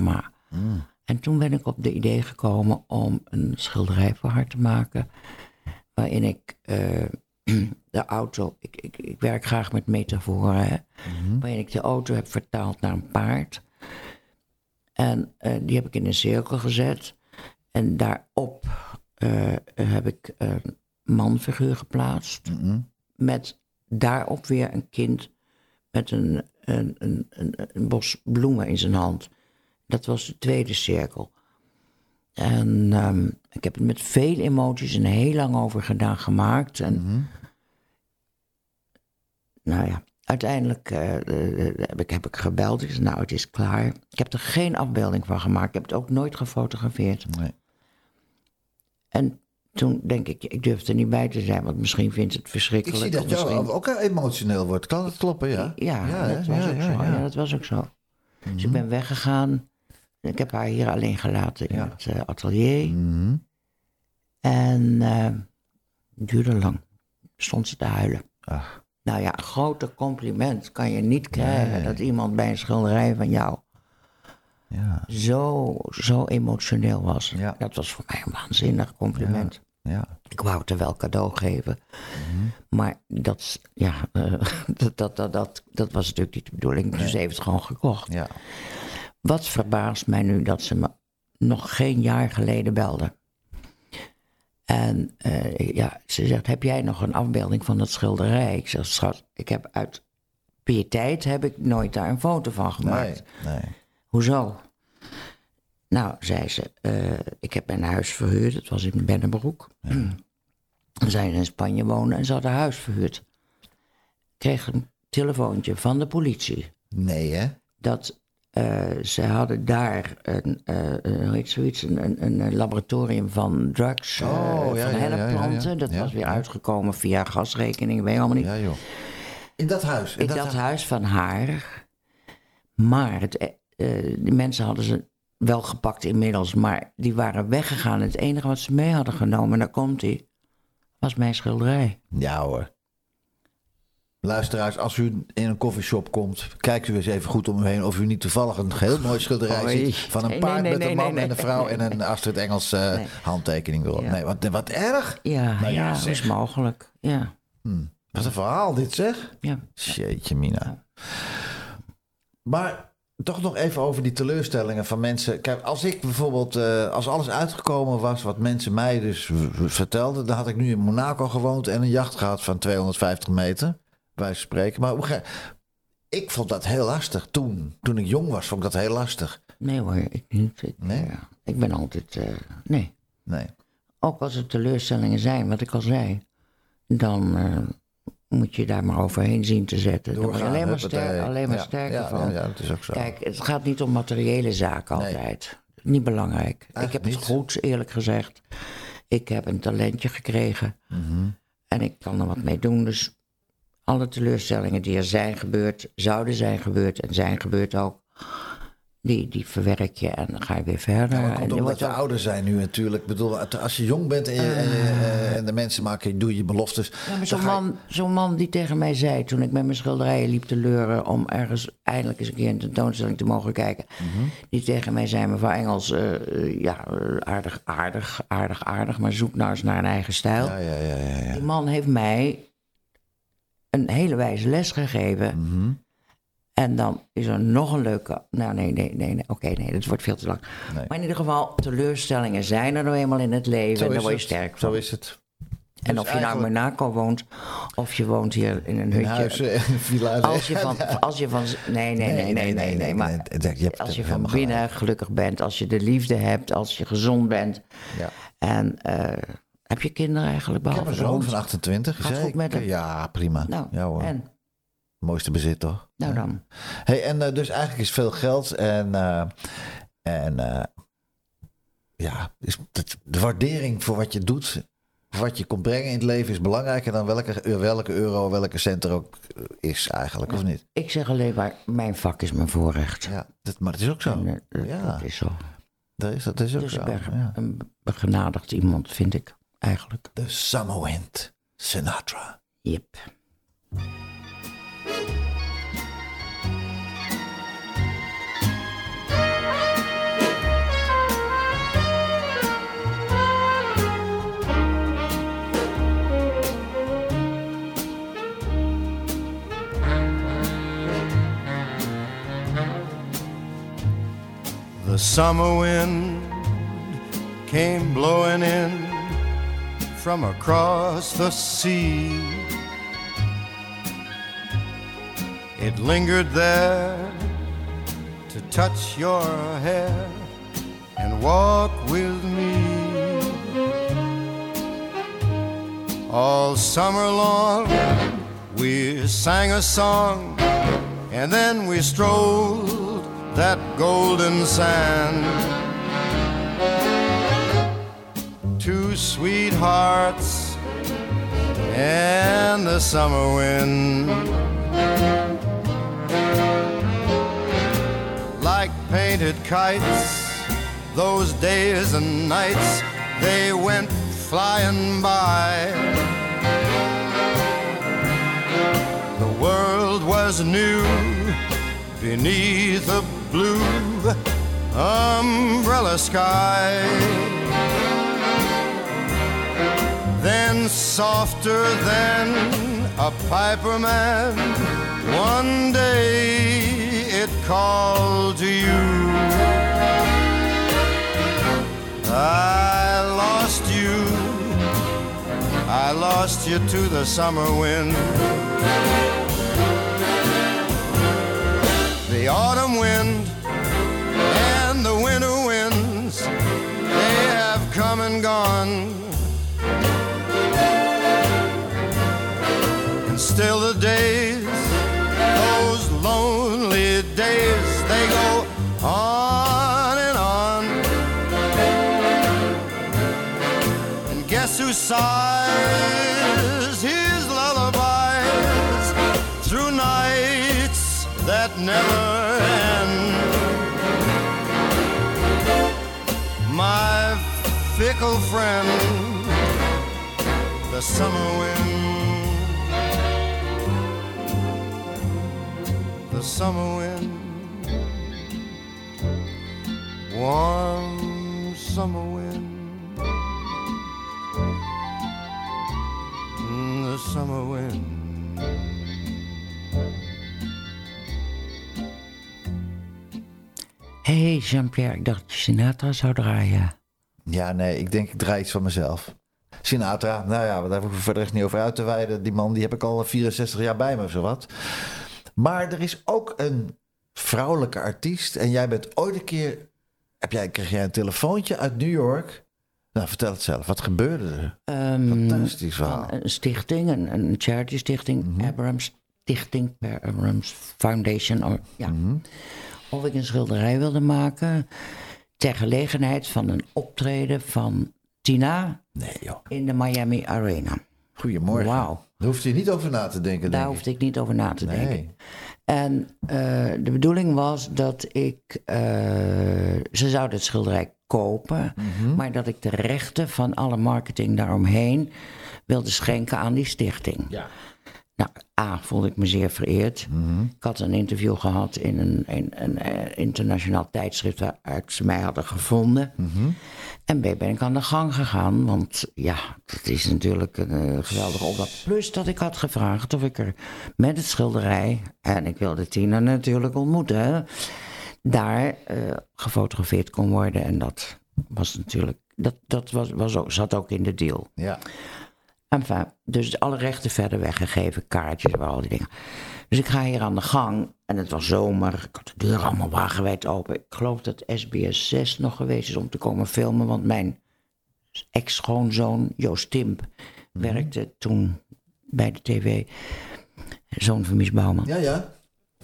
En toen ben ik op de idee gekomen om een schilderij voor haar te maken. Waarin ik de auto... Ik werk graag met metaforen. Hè? Waarin ik de auto heb vertaald naar een paard. En die heb ik in een cirkel gezet. En daarop heb ik een manfiguur geplaatst. Met daarop weer een kind met een bos bloemen in zijn hand. Dat was de tweede cirkel. En ik heb het met veel emoties en heel lang over gemaakt. En nou ja, uiteindelijk heb ik gebeld. Ik zei, nou, het is klaar. Ik heb er geen afbeelding van gemaakt. Ik heb het ook nooit gefotografeerd. Nee. En toen denk ik durf er niet bij te zijn, want misschien vindt het verschrikkelijk. Ik zie dat jou ook emotioneel wordt. Kan het kloppen, ja? Ja, dat was ook zo. Ja, dat was ook zo. Dus ik ben weggegaan. Ik heb haar hier alleen gelaten in het atelier. En het duurde lang. Stond ze te huilen. Ach. Nou ja, een groter compliment kan je niet krijgen. Dat iemand bij een schilderij van jou zo emotioneel was. Ja. Dat was voor mij een waanzinnig compliment. Ja. Ik wou het er wel cadeau geven. Maar dat was natuurlijk niet de bedoeling. Dus ze heeft het gewoon gekocht. Ja. Wat verbaast mij nu dat ze me nog geen jaar geleden belde. En ze zegt, heb jij nog een afbeelding van dat schilderij? Ik zeg, schat, ik heb uit piëteit heb ik nooit daar een foto van gemaakt. Nee. Hoezo? Nou, zei ze, ik heb mijn huis verhuurd. Het was in Bennebroek. Zij in Spanje wonen en ze hadden huis verhuurd. Ik kreeg een telefoontje van de politie. Nee, hè? Dat ze hadden daar een laboratorium van drugs, van helpplanten. Dat was weer uitgekomen via gasrekening, weet je allemaal niet. Ja, joh. In dat huis? In dat huis van haar. Maar die mensen hadden ze wel gepakt inmiddels, maar die waren weggegaan. Het enige wat ze mee hadden genomen, en daar komt hij, was mijn schilderij. Ja hoor. Luisteraars, als u in een koffieshop komt, kijkt u eens even goed om u heen of u niet toevallig een heel mooi schilderij ziet van een paard met een man en een vrouw en een Astrid Engels handtekening erop. Ja. Nee, wat erg? Ja, dat is mogelijk. Ja. Wat een verhaal dit, zeg. Ja. Jeetje mina. Ja. Maar toch nog even over die teleurstellingen van mensen. Kijk, als ik bijvoorbeeld, als alles uitgekomen was wat mensen mij dus vertelden, dan had ik nu in Monaco gewoond en een jacht gehad van 250 meter. Bij spreken. Maar ik vond dat heel lastig. Toen ik jong was, vond ik dat heel lastig. Nee hoor, ik niet. Ik ben altijd... Nee. Ook als er teleurstellingen zijn, wat ik al zei, dan moet je daar maar overheen zien te zetten. Daar word je alleen maar sterker van. Ja, dat is ook zo. Kijk, het gaat niet om materiële zaken altijd. Niet belangrijk. Ik heb het goed, eerlijk gezegd. Ik heb een talentje gekregen. En ik kan er wat mee doen, dus alle teleurstellingen die er zijn gebeurd, zouden zijn gebeurd en zijn gebeurd ook, die verwerk je en dan ga je weer verder. Ja, maar komt omdat we ouder zijn nu natuurlijk. Ik bedoel, als je jong bent en de mensen doe je beloftes. Ja, maar zo'n man die tegen mij zei, toen ik met mijn schilderijen liep te leuren om ergens eindelijk eens een keer een tentoonstelling te mogen kijken, die tegen mij zei, mevrouw Engels, aardig, maar zoek nou eens naar een eigen stijl. Ja. Die man heeft mij een hele wijze les gegeven. En dan is er nog een leuke... Nou, nee. Oké, dat wordt veel te lang. Nee. Maar in ieder geval, teleurstellingen zijn er nou eenmaal in het leven. En daar word je sterk van. Zo is het. En dus of je nou in Monaco woont, of je woont hier in een hutje. Huizen en villa's. Als je van... Nee. Maar als je van binnen gelukkig bent, als je de liefde hebt, als je gezond bent. Ja. En heb je kinderen eigenlijk behalve? Ik heb een zoon van 28. Gaat goed met hem? Ja, prima. Nou, ja, hoor. En? Mooiste bezit, toch? Nou dan. Hey, en dus eigenlijk is veel geld de waardering voor wat je doet, wat je komt brengen in het leven is belangrijker dan welke euro, welke cent er ook is eigenlijk, of niet? Ik zeg alleen maar, mijn vak is mijn voorrecht. Ja, maar het is ook zo. En, dat is zo. Dat is ook dus zo. Ik ben een begenadigd iemand, vind ik eigenlijk. De Summerwind Sinatra. Yep. summer wind came blowing in from across the sea. It lingered there to touch your hair and walk with me. All summer long we sang a song, and then we strolled that golden sand. Two sweethearts and the summer wind, like painted kites, those days and nights, they went flying by. The world was new beneath a blue umbrella sky. Then softer than a piper man, one day it called to you. I lost you to the summer wind. The autumn wind and the winter winds, they have come and gone. And still the days, those lonely days, they go on and on. And guess who sighs his lullabies through nights that never end? My fickle friend, the summer wind. The summer wind, warm summer wind, the summer wind. Hey Jean-Pierre, ik dacht dat je Sinatra zou draaien. Ja, nee, ik denk ik draai iets van mezelf. Sinatra, nou ja, daar hoeven we verder echt niet over uit te wijden. Die man, die heb ik al 64 jaar bij me of zowat. Maar er is ook een vrouwelijke artiest. En jij bent ooit een keer... kreeg jij een telefoontje uit New York? Nou, vertel het zelf. Wat gebeurde er? Fantastisch verhaal. Een stichting, een charity stichting. Abrams Stichting, Per Abrams Foundation. Of ik een schilderij wilde maken... ter gelegenheid van een optreden van Tina... Nee, joh. In de Miami Arena. Goedemorgen. Wauw. Daar hoefde je niet over na te denken. Daar hoefde ik niet over na te denken. En de bedoeling was dat ik... ze zouden het schilderij kopen... maar dat ik de rechten van alle marketing daaromheen... wilde schenken aan die stichting. Ja. Nou, voelde ik me zeer vereerd. Ik had een interview gehad in een internationaal tijdschrift... waaruit ze mij hadden gevonden... En ben ik aan de gang gegaan, want ja, dat is natuurlijk een geweldige opdracht. Plus dat ik had gevraagd of ik er met het schilderij, en ik wilde Tina natuurlijk ontmoeten, daar gefotografeerd kon worden. En dat was natuurlijk, zat ook in de deal. Ja. Enfin, dus alle rechten verder weggegeven, kaartjes, al die dingen. Dus ik ga hier aan de gang en het was zomer. Ik had de deur allemaal wagenwijd open. Ik geloof dat SBS 6 nog geweest is om te komen filmen. Want mijn ex-schoonzoon Joost Timp werkte toen bij de tv. Zoon van Mies Bouwman. Ja, ja.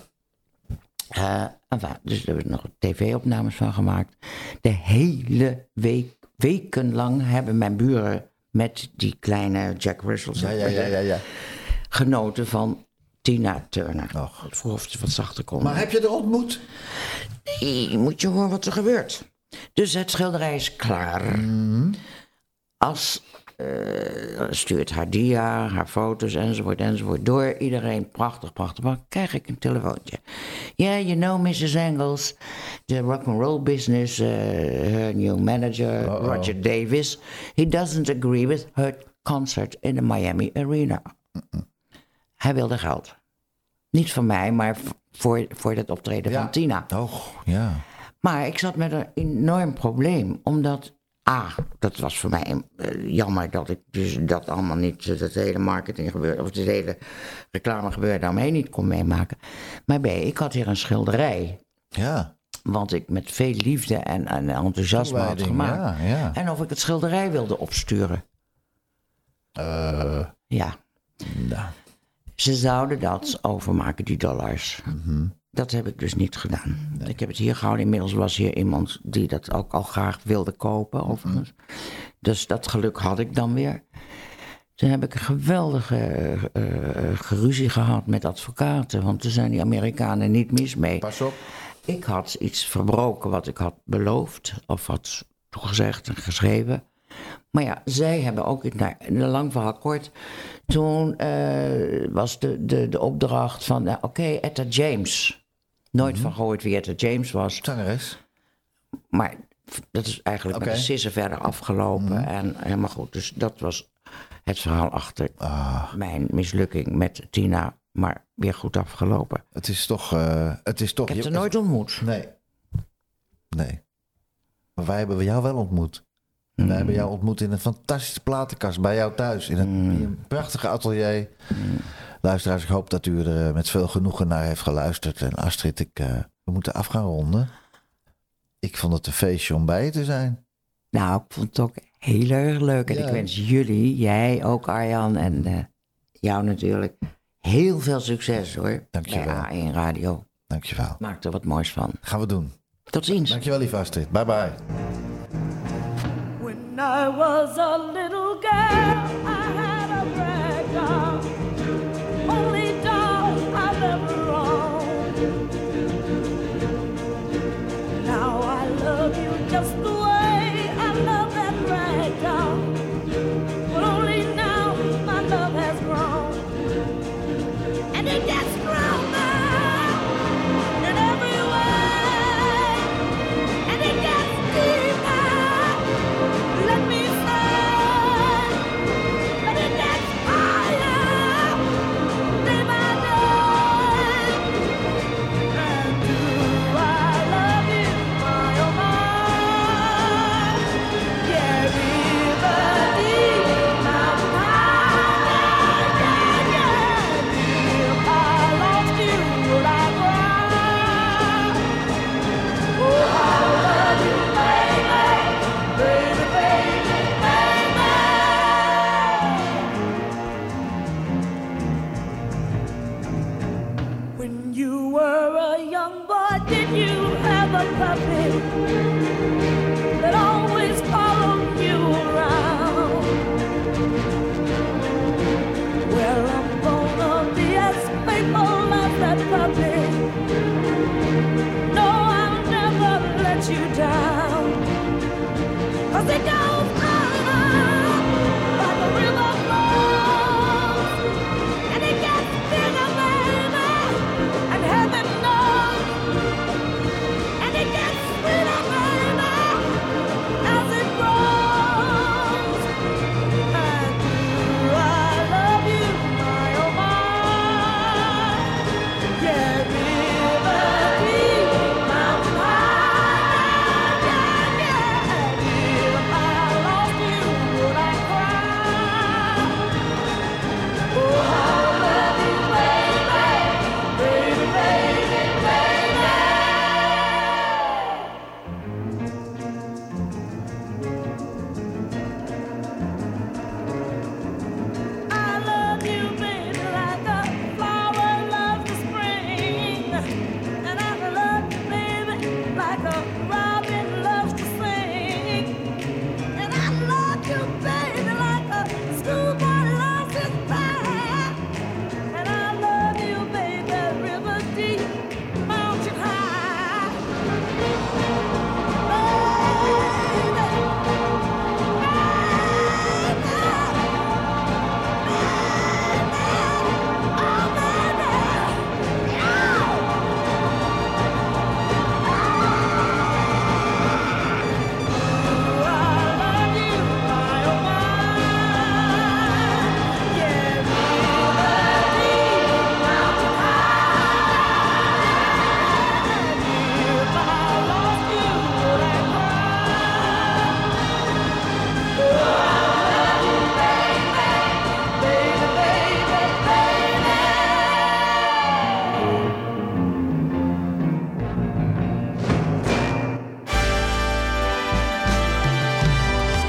Dus er werden nog tv-opnames van gemaakt. De hele wekenlang hebben mijn buren met die kleine Jack Russell genoten van Tina Turner. Ik vroeg of ze wat zachter kon. Maar heb je er ontmoet? Nee, moet je horen wat er gebeurt. Dus het schilderij is klaar. Als stuurt haar dia, haar foto's enzovoort door. Iedereen prachtig. Maar krijg ik een telefoontje. Yeah, you know Mrs. Engels, the rock'n'roll business, her new manager, Roger Davis, he doesn't agree with her concert in the Miami Arena. Hij wilde geld. Niet van mij, maar voor dat optreden van Tina. Ja. Maar ik zat met een enorm probleem, omdat... dat was voor mij jammer dat ik dus dat allemaal niet... dat hele marketing gebeurde, of de hele reclame gebeurde daarmee niet kon meemaken. Maar ik had hier een schilderij. Ja. Want ik met veel liefde en enthousiasme had gemaakt. Ja. En of ik het schilderij wilde opsturen. Ja. Nou. Ze zouden dat overmaken, die dollars. Mm-hmm. Dat heb ik dus niet gedaan. Nee. Ik heb het hier gehouden. Inmiddels was hier iemand die dat ook al graag wilde kopen, overigens. Dus dat geluk had ik dan weer. Toen heb ik een geweldige geruzie gehad met advocaten. Want toen zijn die Amerikanen niet mis mee. Pas op. Ik had iets verbroken wat ik had beloofd. Of had toegezegd en geschreven. Maar ja, zij hebben ook, een lang verhaal kort... Toen was de opdracht van, Etta James. Nooit van gehoord wie Etta James was. Zangeres. Maar dat is eigenlijk met de sissen verder afgelopen. En helemaal goed. Dus dat was het verhaal achter mijn mislukking met Tina. Maar weer goed afgelopen. Het is toch... Ik heb ze nooit ontmoet. Nee. Maar wij hebben jou wel ontmoet. Wij hebben jou ontmoet in een fantastische platenkast bij jou thuis. In een prachtige atelier. Luisteraars, ik hoop dat u er met veel genoegen naar heeft geluisterd. En Astrid, we moeten af gaan ronden. Ik vond het een feestje om bij je te zijn. Nou, ik vond het ook heel erg leuk. En ik wens jullie, jij ook Arjan en jou natuurlijk, heel veel succes hoor. Dankjewel. Bij A1 Radio. Dankjewel. Maak er wat moois van. Gaan we doen. Tot ziens. Dankjewel lieve Astrid. Bye bye. When I was a little girl, I had a rag doll, only doll I've ever owned. Now I love you just the way I love that rag doll, but only now my love has grown, and it gets stronger in every way, and it gets deeper. Let me say, but it gets higher day by day. And do I love you, my oh my? Yeah, river deep, mountain high, yeah. If I lost you, would I cry? Oh, I love you, baby, baby, baby, baby. When you were a young boy, did you have a puppy that always followed you around? Well, I'm gonna be as faithful as that puppy. No, I'll never let you down. 'Cause it goes on like a river flows, and it gets bigger, baby, and heaven knows, and it gets sweeter, baby, as it grows. And do I love you, my oh my? Yeah, river deep,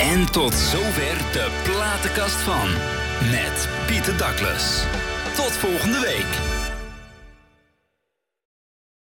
En tot zover de platenkast van met Pieter Douglas. Tot volgende week.